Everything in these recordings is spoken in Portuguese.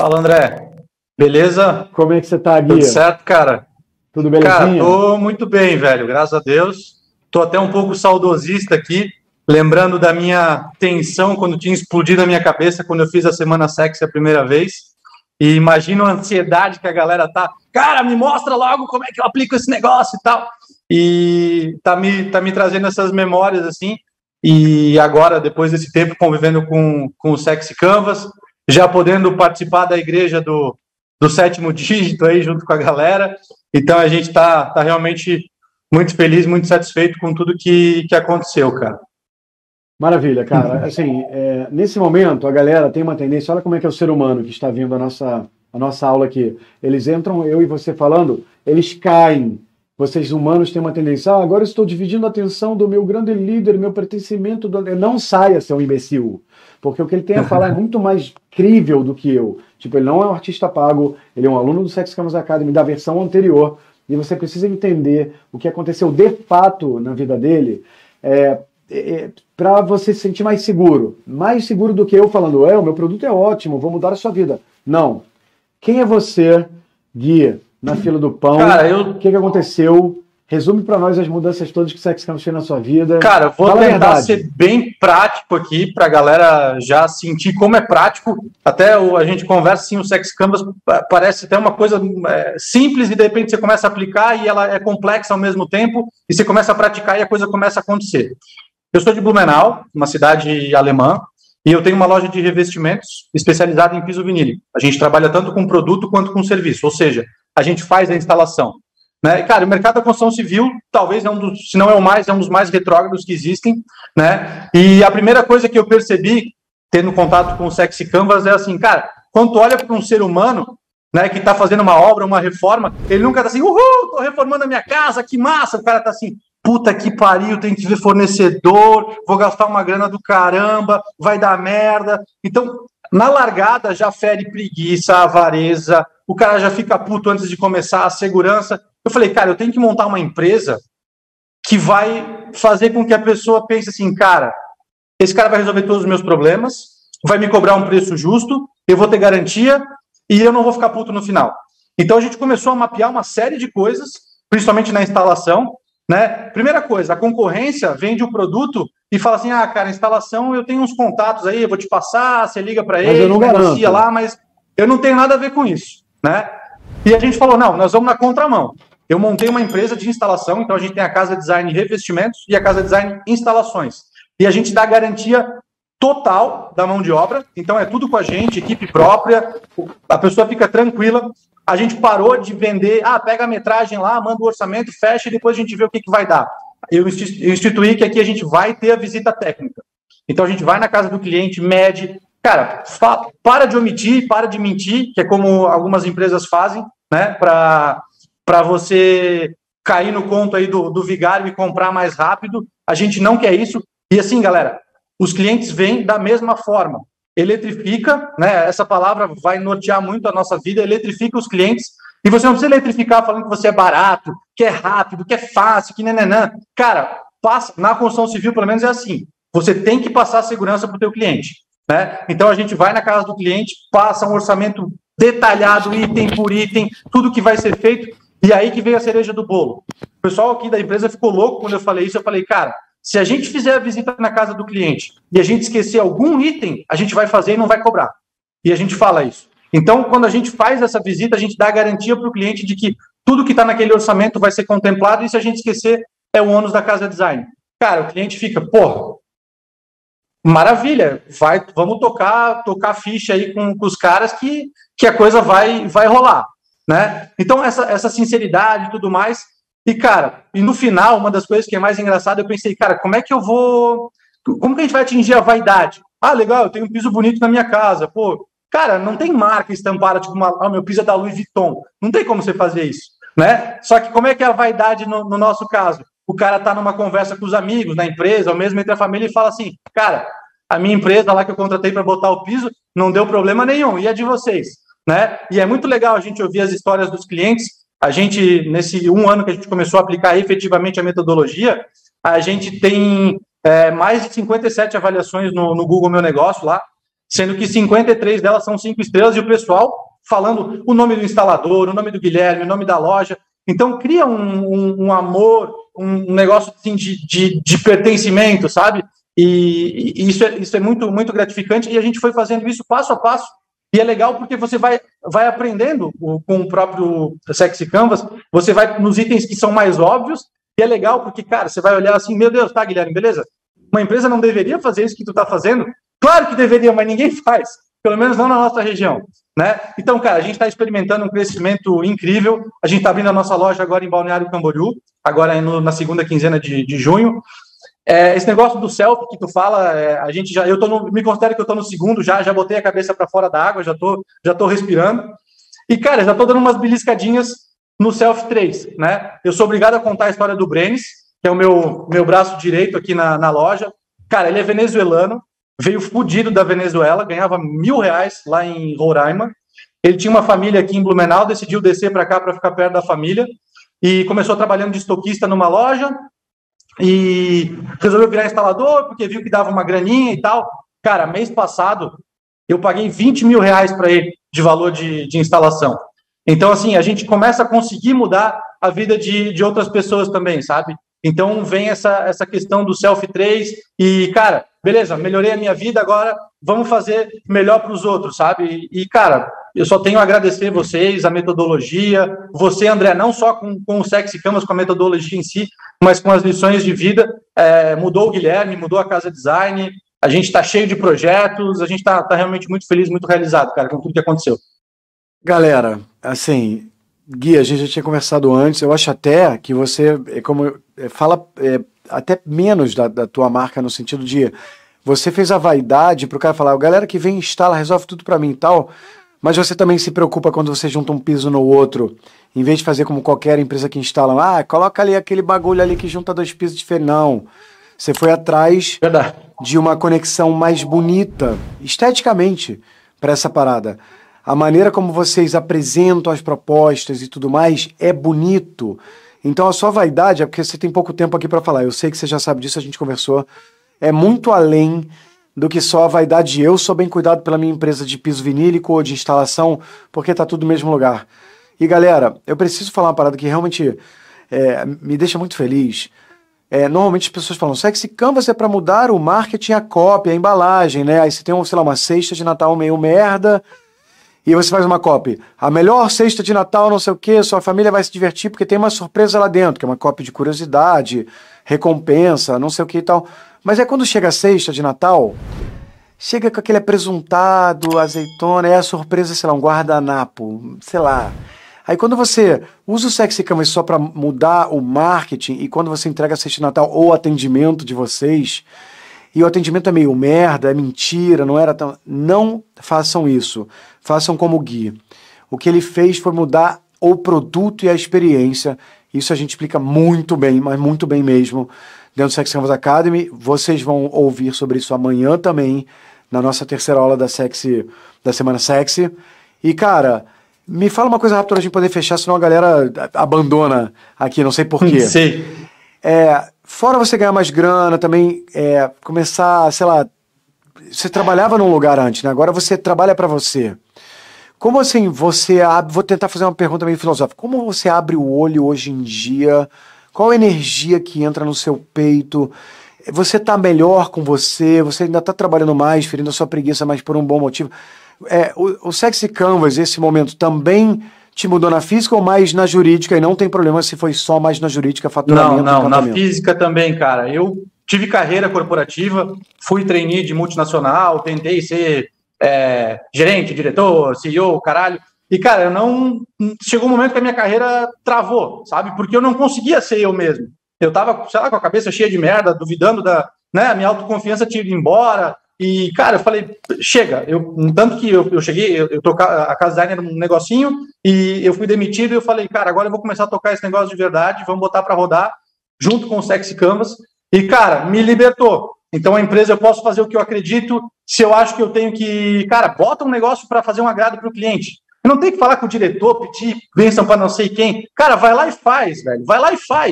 Fala, André. Beleza? Como é que você tá, Gui? Tudo certo, cara? Tudo belezinha? Cara, tô muito bem, velho, graças a Deus. Tô até um pouco saudosista aqui, lembrando da minha tensão quando tinha explodido a minha cabeça quando eu fiz a Semana Sexy a primeira vez. E imagino a ansiedade que a galera tá. Cara, me mostra logo como é que eu aplico esse negócio e tal. E tá me trazendo essas memórias, assim. E agora, depois desse tempo convivendo com o Sexy Canvas, já podendo participar da igreja do sétimo dígito aí junto com a galera. Então a gente tá realmente muito feliz, muito satisfeito com tudo que aconteceu, cara. Maravilha, cara. Assim, nesse momento, a galera tem uma tendência, olha como é que é o ser humano que está vindo a nossa aula aqui. Eles entram, eu e você falando, eles caem. Vocês humanos têm uma tendência, agora eu estou dividindo a atenção do meu grande líder, meu pertencimento. Não saia, seu imbecil. Porque o que ele tem a falar é muito mais crível do que eu. Tipo, ele não é um artista pago, ele é um aluno do Sexy Canvas Academy da versão anterior, e você precisa entender o que aconteceu de fato na vida dele, para você se sentir mais seguro do que eu falando, o meu produto é ótimo, vou mudar a sua vida. Não. Quem é você, Gui, na fila do pão? Cara, o que aconteceu? Resume para nós as mudanças todas que o Sexy Canvas fez na sua vida. Cara, vou tentar ser bem prático aqui para a galera já sentir como é prático. Até a gente conversa assim, o Sexy Canvas parece até uma coisa simples e de repente você começa a aplicar e ela é complexa ao mesmo tempo e você começa a praticar e a coisa começa a acontecer. Eu sou de Blumenau, uma cidade alemã, e eu tenho uma loja de revestimentos especializada em piso vinílico. A gente trabalha tanto com produto quanto com serviço, ou seja, a gente faz a instalação. Né? Cara, o mercado da construção civil talvez se não é o mais, é um dos mais retrógrados que existem, né? E a primeira coisa que eu percebi, tendo contato com o Sexy Canvas, é assim, cara, quando tu olha para um ser humano, né, que está fazendo uma obra, uma reforma, ele nunca está assim, uhul, tô reformando a minha casa, que massa, o cara está assim, puta que pariu, tem que ver fornecedor, vou gastar uma grana do caramba, vai dar merda. Então, na largada já fere preguiça, avareza, o cara já fica puto antes de começar, a segurança. Eu falei, cara, eu tenho que montar uma empresa que vai fazer com que a pessoa pense assim, cara, esse cara vai resolver todos os meus problemas, vai me cobrar um preço justo, eu vou ter garantia e eu não vou ficar puto no final. Então a gente começou a mapear uma série de coisas, principalmente na instalação, né? Primeira coisa, a concorrência vende o produto e fala assim, cara, a instalação eu tenho uns contatos aí, eu vou te passar, você liga para ele, negocia lá, mas eu não tenho nada a ver com isso, né? E a gente falou, não, nós vamos na contramão. Eu montei uma empresa de instalação, então a gente tem a Casa Design Revestimentos e a Casa Design Instalações. E a gente dá garantia total da mão de obra, então é tudo com a gente, equipe própria, a pessoa fica tranquila. A gente parou de vender, pega a metragem lá, manda o orçamento, fecha e depois a gente vê o que vai dar. Eu instituí que aqui a gente vai ter a visita técnica. Então a gente vai na casa do cliente, mede. Cara, para de omitir, para de mentir, que é como algumas empresas fazem, né, para você cair no conto aí do vigário e comprar mais rápido. A gente não quer isso. E assim, galera, os clientes vêm da mesma forma. Eletrifica, né? Essa palavra vai nortear muito a nossa vida, eletrifica os clientes. E você não precisa eletrificar falando que você é barato, que é rápido, que é fácil, que nananã. Cara, na construção civil, pelo menos, é assim. Você tem que passar segurança para o teu cliente, né? Então, a gente vai na casa do cliente, passa um orçamento detalhado, item por item, tudo que vai ser feito. E aí que veio a cereja do bolo. O pessoal aqui da empresa ficou louco quando eu falei isso. Eu falei, cara, se a gente fizer a visita na casa do cliente e a gente esquecer algum item, a gente vai fazer e não vai cobrar. E a gente fala isso. Então, quando a gente faz essa visita, a gente dá a garantia para o cliente de que tudo que está naquele orçamento vai ser contemplado e se a gente esquecer, é o ônus da Casa Design. Cara, o cliente fica, porra, maravilha, vamos tocar ficha aí com os caras que a coisa vai rolar. Né? Então, essa sinceridade e tudo mais. E, cara, no final, uma das coisas que é mais engraçada, eu pensei, cara, como que a gente vai atingir a vaidade? Legal, eu tenho um piso bonito na minha casa. Pô, cara, não tem marca estampada, tipo, meu piso é da Louis Vuitton. Não tem como você fazer isso, né? Só que como é que é a vaidade no nosso caso? O cara tá numa conversa com os amigos, na empresa, ou mesmo entre a família, e fala assim, cara, a minha empresa lá que eu contratei para botar o piso, não deu problema nenhum, e a de vocês? Né? E é muito legal a gente ouvir as histórias dos clientes. A gente, nesse 1 ano que a gente começou a aplicar efetivamente a metodologia, a gente tem mais de 57 avaliações no Google Meu Negócio lá. sendo que 53 delas são 5 estrelas, e o pessoal falando o nome do instalador, o nome do Guilherme, o nome da loja. Então, cria um amor, um negócio assim, de pertencimento, sabe? E isso é muito, muito gratificante, e a gente foi fazendo isso passo a passo, e é legal porque você vai aprendendo com o próprio Sexy Canvas, você vai nos itens que são mais óbvios, e é legal porque, cara, você vai olhar assim, meu Deus, tá, Guilherme, beleza? Uma empresa não deveria fazer isso que tu tá fazendo? Claro que deveria, mas ninguém faz, pelo menos não na nossa região, né? Então, cara, a gente está experimentando um crescimento incrível, a gente está abrindo a nossa loja agora em Balneário Camboriú, agora na segunda quinzena de junho. Esse negócio do selfie que tu fala, me considero que eu tô no segundo já botei a cabeça para fora da água, já tô respirando. E, cara, já tô dando umas beliscadinhas no selfie 3, né? Eu sou obrigado a contar a história do Brenes, que é o meu braço direito aqui na loja. Cara, ele é venezuelano, veio fudido da Venezuela, ganhava R$1.000 lá em Roraima. Ele tinha uma família aqui em Blumenau, decidiu descer para cá para ficar perto da família e começou trabalhando de estoquista numa loja. E resolveu virar instalador, porque viu que dava uma graninha e tal. Cara, mês passado, eu paguei R$20.000 para ele de valor de instalação. Então, assim, a gente começa a conseguir mudar a vida de outras pessoas também, sabe? Então, vem essa questão do Selfie 3 e, cara, beleza, melhorei a minha vida, agora vamos fazer melhor para os outros, sabe? E, cara, eu só tenho a agradecer vocês, a metodologia, você, André, não só com o Sexy Canvas, com a metodologia em si, mas com as lições de vida. Mudou o Guilherme, mudou a Casa Design, a gente está cheio de projetos, a gente está realmente muito feliz, muito realizado, cara, com tudo que aconteceu. Galera, assim, Gui, a gente já tinha conversado antes, eu acho até que você, fala até menos da tua marca, no sentido de você fez a vaidade pro cara falar, a galera que vem instala, resolve tudo para mim e tal, mas você também se preocupa quando você junta um piso no outro, em vez de fazer como qualquer empresa que instala, coloca ali aquele bagulho ali que junta 2 pisos diferentes. Não, você foi atrás de uma conexão mais bonita, esteticamente, para essa parada. A maneira como vocês apresentam as propostas e tudo mais é bonito. Então a sua vaidade, é porque você tem pouco tempo aqui para falar, eu sei que você já sabe disso, a gente conversou, é muito além do que só a vaidade. Eu sou bem cuidado pela minha empresa de piso vinílico ou de instalação, porque tá tudo no mesmo lugar. E galera, eu preciso falar uma parada que realmente me deixa muito feliz. Normalmente as pessoas falam, Sexy Canvas é para mudar o marketing, a cópia, a embalagem, né? Aí você tem, sei lá, uma cesta de Natal meio merda, e você faz uma copy. A melhor cesta de Natal, não sei o que, sua família vai se divertir porque tem uma surpresa lá dentro, que é uma copy de curiosidade, recompensa, não sei o que e tal. Mas quando chega a cesta de Natal, chega com aquele apresuntado, azeitona, a surpresa, sei lá, um guardanapo, sei lá. Aí quando você usa o Sexy Canvas só para mudar o marketing, e quando você entrega a cesta de Natal ou o atendimento de vocês, e o atendimento é meio merda, é mentira, não era tão... Não façam isso. Façam como o Gui. O que ele fez foi mudar o produto e a experiência. Isso a gente explica muito bem, mas muito bem mesmo, dentro do Sexy Canvas Academy. Vocês vão ouvir sobre isso amanhã também, na nossa terceira aula da Semana Sexy. E, cara, me fala uma coisa rápida pra gente poder fechar, senão a galera abandona aqui, não sei porquê. Sim. Fora você ganhar mais grana, também começar, sei lá, você trabalhava num lugar antes, né? Agora você trabalha para você. Como assim você abre, vou tentar fazer uma pergunta meio filosófica, como você abre o olho hoje em dia? Qual a energia que entra no seu peito? Você tá melhor com você? Você ainda tá trabalhando mais, ferindo a sua preguiça, mas por um bom motivo? O Sexy Canvas, esse momento, também te mudou na física ou mais na jurídica? E não tem problema se foi só mais na jurídica, faturamento? Não, na física também, cara. Eu tive carreira corporativa, fui trainee de multinacional, tentei ser gerente, diretor, CEO, caralho. E, cara, chegou um momento que a minha carreira travou, sabe? Porque eu não conseguia ser eu mesmo. Eu tava, sei lá, com a cabeça cheia de merda, duvidando a minha autoconfiança tinha ido embora. E, cara, eu falei, chega. Tanto que eu cheguei, a Casa Design era um negocinho, e eu fui demitido, e eu falei, cara, agora eu vou começar a tocar esse negócio de verdade, vamos botar para rodar, junto com o Sexy Canvas. E, cara, me libertou. Então, a empresa, eu posso fazer o que eu acredito, se eu acho que eu tenho que... Cara, bota um negócio para fazer um agrado para o cliente. Eu não tenho que falar com o diretor, pedir bênção para não sei quem. Cara, vai lá e faz, velho. Vai lá e faz.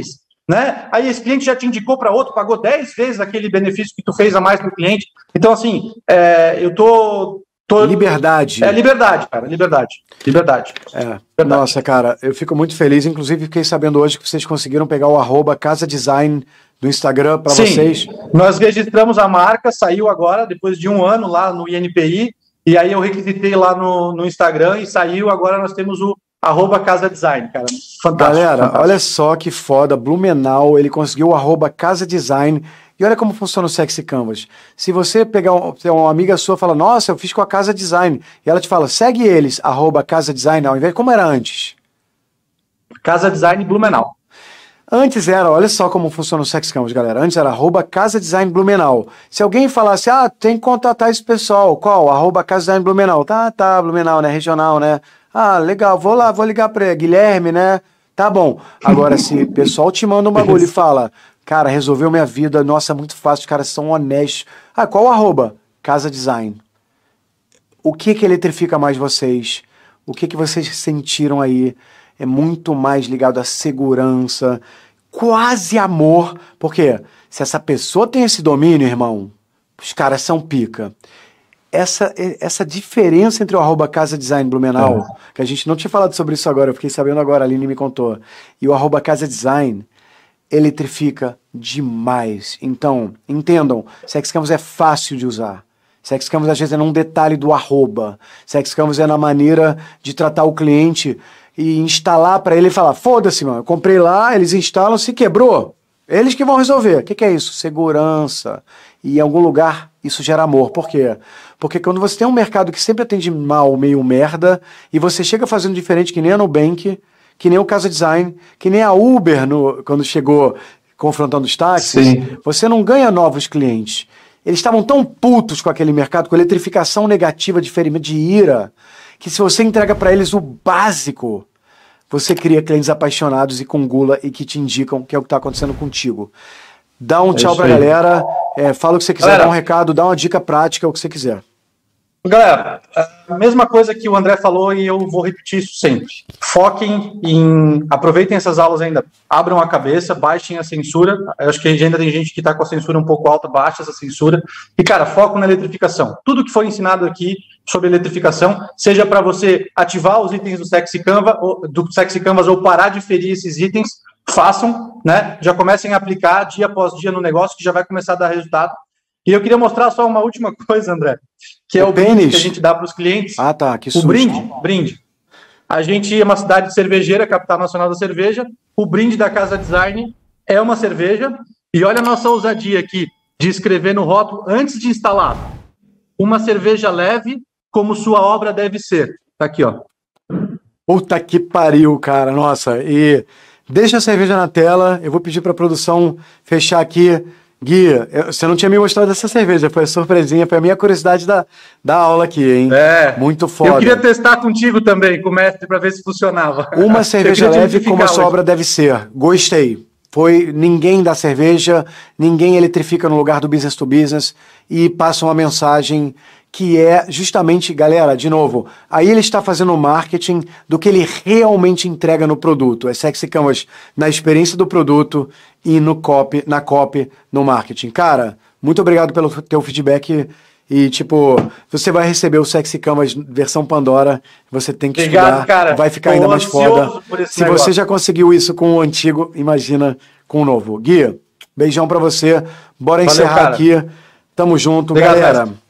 né? Aí esse cliente já te indicou para outro, pagou 10 vezes aquele benefício que tu fez a mais para o cliente. Então, assim, eu tô... Liberdade. Liberdade, cara, liberdade. Liberdade. Nossa, cara, eu fico muito feliz. Inclusive, fiquei sabendo hoje que vocês conseguiram pegar o @casadesign do Instagram para vocês. Nós registramos a marca, saiu agora, depois de 1 ano lá no INPI, e aí eu requisitei lá no Instagram e saiu, agora nós temos o @casadesign, cara. Fantástico. Galera, fantástico. Olha só que foda, Blumenau, ele conseguiu o @casadesign. E olha como funciona o Sexy Canvas. Se você pegar uma amiga sua e fala, nossa, eu fiz com a Casa Design, e ela te fala, segue eles, @casadesign, ao invés de como era antes. Casa Design Blumenau. Antes era, olha só como funciona o Sexy Canvas, galera. Antes era @casadesign Blumenau. Se alguém falasse, tem que contratar esse pessoal, qual? @casadesign Blumenau. Tá, Blumenau, né? Regional, né? Legal, vou ligar pra ele. Guilherme, né? Tá bom. Agora, se o pessoal te manda um bagulho e fala, cara, resolveu minha vida, nossa, muito fácil, os caras são honestos. Qual Casa Design? O que eletrifica mais vocês? O que vocês sentiram aí? É muito mais ligado à segurança, quase amor, porque se essa pessoa tem esse domínio, irmão, os caras são pica. Essa diferença entre o Casa Design Blumenau, que a gente não tinha falado sobre isso agora, eu fiquei sabendo agora, a Aline me contou, e o Casa Design eletrifica demais. Então, entendam, Sexy Canvas é fácil de usar. Sexy Canvas às vezes é num detalhe do @. Sexy Canvas é na maneira de tratar o cliente e instalar para ele e falar, foda-se, mano, eu comprei lá, eles instalam, se quebrou, eles que vão resolver. O que é isso? Segurança. E em algum lugar isso gera amor. Por quê? Porque quando você tem um mercado que sempre atende mal, meio merda, e você chega fazendo diferente que nem a Nubank, que nem o Casa Design, que nem a Uber quando chegou confrontando os táxis, você não ganha novos clientes. Eles estavam tão putos com aquele mercado, com eletrificação negativa de ferimento de ira, que se você entrega para eles o básico, você cria clientes apaixonados e com gula e que te indicam que é o que está acontecendo contigo. Dá um tchau pra galera, fala o que você quiser, dá um recado, dá uma dica prática, o que você quiser. Galera, a mesma coisa que o André falou e eu vou repetir isso sempre. Foquem aproveitem essas aulas ainda, abram a cabeça, baixem a censura. Eu acho que ainda tem gente que está com a censura um pouco alta, baixa essa censura. E, cara, foco na eletrificação. Tudo que foi ensinado aqui sobre eletrificação, seja para você ativar os itens do Sexy Canvas ou parar de ferir esses itens, façam, né? Já comecem a aplicar dia após dia no negócio, que já vai começar a dar resultado. E eu queria mostrar só uma última coisa, André, que é o brinde que a gente dá para os clientes. Tá, que susto. O brinde. A gente é uma cidade cervejeira, capital nacional da cerveja. O brinde da Casa Design é uma cerveja. E olha a nossa ousadia aqui de escrever no rótulo, antes de instalar, uma cerveja leve, como sua obra deve ser. Tá aqui, ó. Puta que pariu, cara. Nossa, e deixa a cerveja na tela. Eu vou pedir para a produção fechar aqui. Gui, você não tinha me mostrado essa cerveja, foi a surpresinha, foi a minha curiosidade da aula aqui, hein? Muito foda. Eu queria testar contigo também, com o mestre, para ver se funcionava. Uma cerveja leve como a sua obra deve ser. Gostei. Ninguém dá cerveja, ninguém eletrifica no lugar do business to business e passa uma mensagem que é justamente, galera, de novo, aí ele está fazendo o marketing do que ele realmente entrega no produto. É Sexy Canvas na experiência do produto e na copy, no marketing. Cara, muito obrigado pelo teu feedback e, você vai receber o Sexy Canvas versão Pandora, você tem que estudar, cara. Vai ficar ainda mais foda. Se você já conseguiu isso com o antigo, imagina com o novo. Gui, beijão pra você, bora encerrar aqui. Tamo junto, galera.